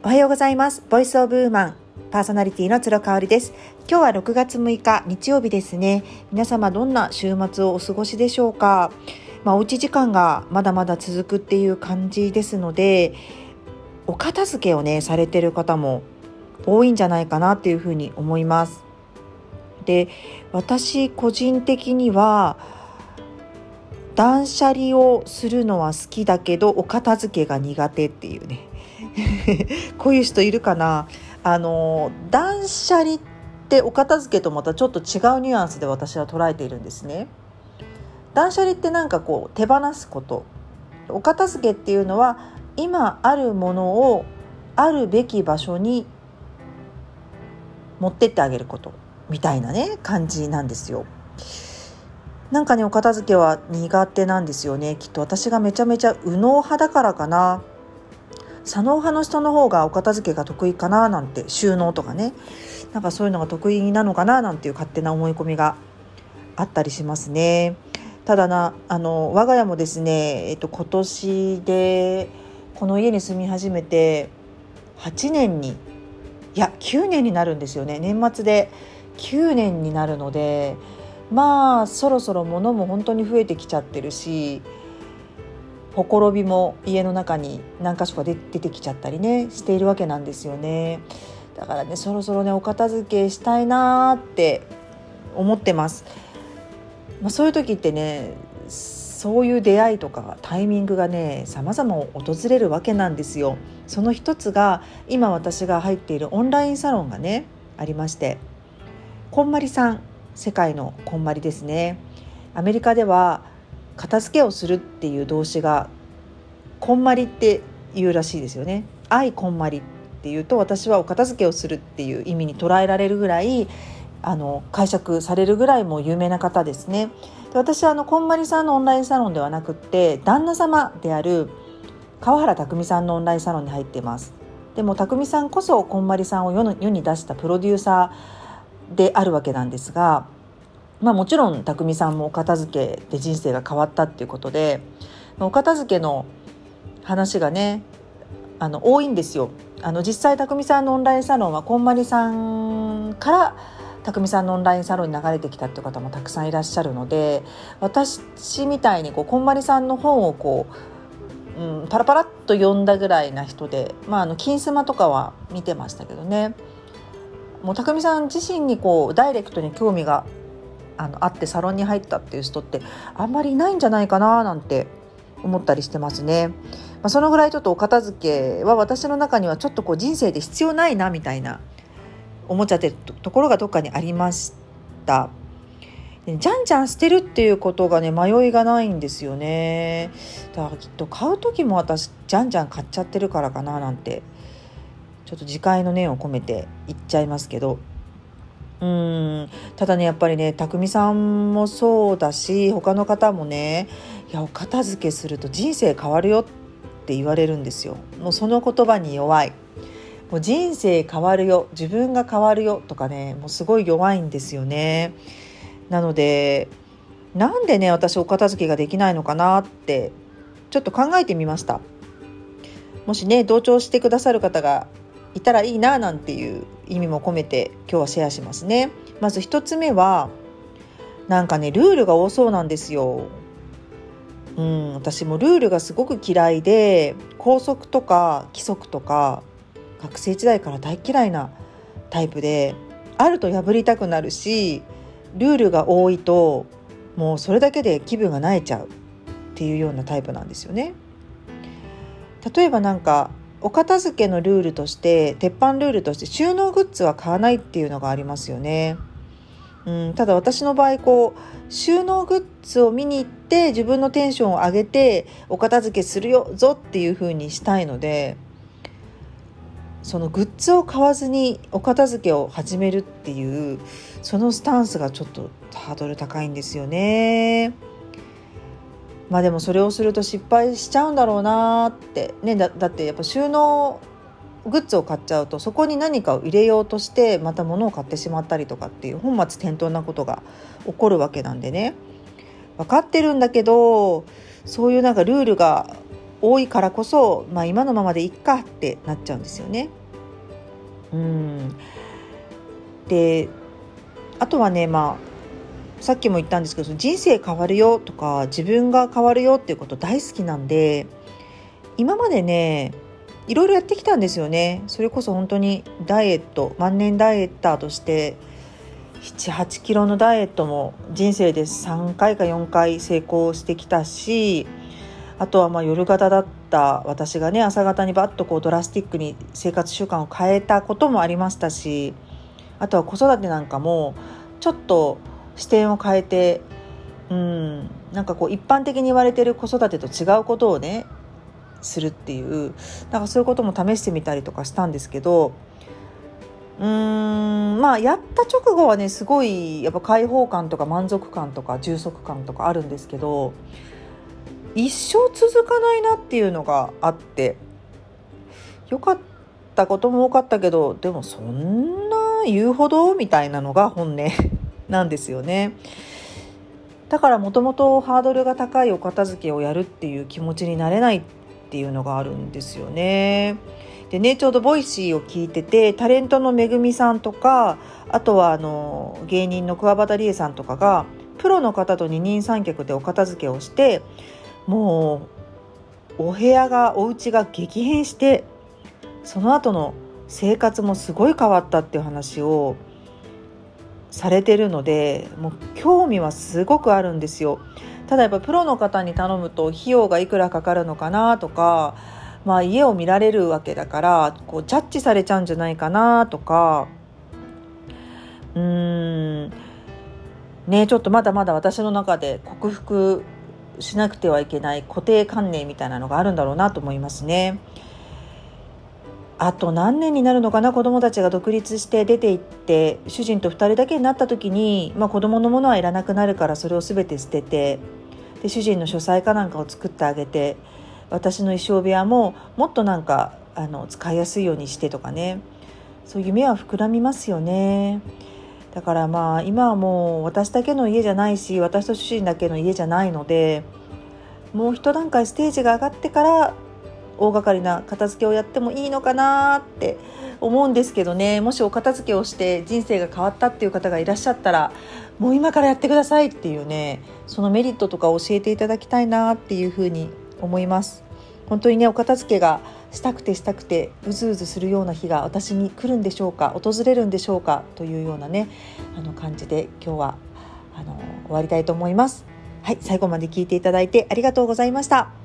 おはようございます。ボイスオブウーマンパーソナリティの鶴香織です。今日は6月6日日曜日ですね。皆様どんな週末をお過ごしでしょうか。おうち時間がまだまだ続くっていう感じですので、お片付けをねされている方も多いんじゃないかなっていうふうに思います。で、私個人的には断捨離をするのは好きだけどお片付けが苦手っていうねこういう人いるかな。断捨離ってお片付けとまたちょっと違うニュアンスで私は捉えているんですね。断捨離ってなんかこう手放すこと、お片付けっていうのは今あるものをあるべき場所に持ってってあげることみたいなね感じなんですよ。なんかねお片付けは苦手なんですよね。きっと私がめちゃめちゃ右脳派だからかな。左脳派の人の方がお片付けが得意かななんて、収納とかね、なんかそういうのが得意なのかななんていう勝手な思い込みがあったりしますね。ただ我が家もですね、今年でこの家に住み始めて8年に9年になるんですよね。年末で9年になるので、そろそろ物も本当に増えてきちゃってるし、ほころびも家の中に何か所か出てきちゃったりねしているわけなんですよね。だからねそろそろねお片付けしたいなって思ってます。そういう時ってね、そういう出会いとかタイミングがね様々訪れるわけなんですよ。その一つが今私が入っているオンラインサロンがねありまして、こんまりさん、世界のこんまりですね。アメリカでは片付けをするっていう動詞がこんまりっていうらしいですよね。愛こんまりっていうと、私はお片付けをするっていう意味に捉えられるぐらい解釈されるぐらいもう有名な方ですね。で、私はこんまりさんのオンラインサロンではなくって旦那様である川原拓海さんのオンラインサロンに入っています。でも拓海さんこそこんまりさんを世に出したプロデューサーであるわけなんですが、もちろん匠さんもお片付けで人生が変わったっていうことで、お片付けの話がね多いんですよ。実際匠さんのオンラインサロンはこんまりさんから匠さんのオンラインサロンに流れてきたっていう方もたくさんいらっしゃるので、私みたいにこんまりさんの本をパラパラっと読んだぐらいな人で、金スマとかは見てましたけどね、もう匠さん自身にダイレクトに興味があってサロンに入ったっていう人ってあんまりいないんじゃないかななんて思ったりしてますね。そのぐらいちょっとお片付けは私の中にはちょっと人生で必要ないなみたいな思っちゃってるところがどっかにありました。じゃんじゃん捨てるっていうことがね迷いがないんですよね。だからきっと買う時も私じゃんじゃん買っちゃってるからかななんて、ちょっと自戒の念を込めて言っちゃいますけど、ただねやっぱりね匠さんもそうだし他の方もね、お片付けすると人生変わるよって言われるんですよ。もうその言葉に弱い。もう人生変わるよ、自分が変わるよとかね、もうすごい弱いんですよね。なのでなんでね私お片付けができないのかなってちょっと考えてみました。もしね同調してくださる方がいたらいいななんていう意味も込めて今日はシェアしますね。まず一つ目はなんかねルールが多そうなんですよ。私もルールがすごく嫌いで、校則とか規則とか学生時代から大嫌いなタイプで、あると破りたくなるし、ルールが多いともうそれだけで気分が萎えちゃうっていうようなタイプなんですよね。例えばお片付けのルールとして鉄板ルールとして収納グッズは買わないっていうのがありますよね。ただ私の場合収納グッズを見に行って自分のテンションを上げてお片付けするよぞっていう風にしたいので、そのグッズを買わずにお片付けを始めるっていうそのスタンスがちょっとハードル高いんですよね。でもそれをすると失敗しちゃうんだろうなってね。だってやっぱ収納グッズを買っちゃうとそこに何かを入れようとしてまた物を買ってしまったりとかっていう本末転倒なことが起こるわけなんでね、分かってるんだけどそういうルールが多いからこそ、今のままでいっかってなっちゃうんですよね。で、あとはね、さっきも言ったんですけど、人生変わるよとか自分が変わるよっていうこと大好きなんで、今までねいろいろやってきたんですよね。それこそ本当にダイエット、万年ダイエッターとして7、8キロのダイエットも人生で3回か4回成功してきたし、あとは夜型だった私がね、朝型にバッとドラスティックに生活習慣を変えたこともありましたし、あとは子育てなんかもちょっと視点を変えて、なんか一般的に言われている子育てと違うことをねするっていう、なんかそういうことも試してみたりとかしたんですけど、やった直後はねすごいやっぱ解放感とか満足感とか充足感とかあるんですけど、一生続かないなっていうのがあって、良かったことも多かったけど、でもそんな言うほどみたいなのが本音なんですよね。だからもともとハードルが高いお片付けをやるっていう気持ちになれないっていうのがあるんですよね。でね、ちょうどボイシーを聞いてて、タレントのめぐみさんとか、あとは芸人の桑畑理恵さんとかがプロの方と二人三脚でお片付けをして、もうお家が激変して、その後の生活もすごい変わったっていう話をされてるので、もう興味はすごくあるんですよ。ただやっぱプロの方に頼むと費用がいくらかかるのかなとか、家を見られるわけだからジャッジされちゃうんじゃないかなとか、ちょっとまだまだ私の中で克服しなくてはいけない固定観念みたいなのがあるんだろうなと思いますね。あと何年になるのかな、子供たちが独立して出て行って主人と2人だけになった時に、子供のものはいらなくなるからそれを全て捨てて、で主人の書斎かなんかを作ってあげて、私の衣装部屋ももっとなんか使いやすいようにしてとかね、そういう夢は膨らみますよね。だから今はもう私だけの家じゃないし、私と主人だけの家じゃないので、もう一段階ステージが上がってから大掛かりな片付けをやってもいいのかなって思うんですけどね。もしお片付けをして人生が変わったっていう方がいらっしゃったら、もう今からやってくださいっていうね、そのメリットとか教えていただきたいなっていうふうに思います。本当にね、お片付けがしたくてうずうずするような日が私に来るんでしょうか、訪れるんでしょうかというようなね感じで今日は終わりたいと思います。はい、最後まで聞いていただいてありがとうございました。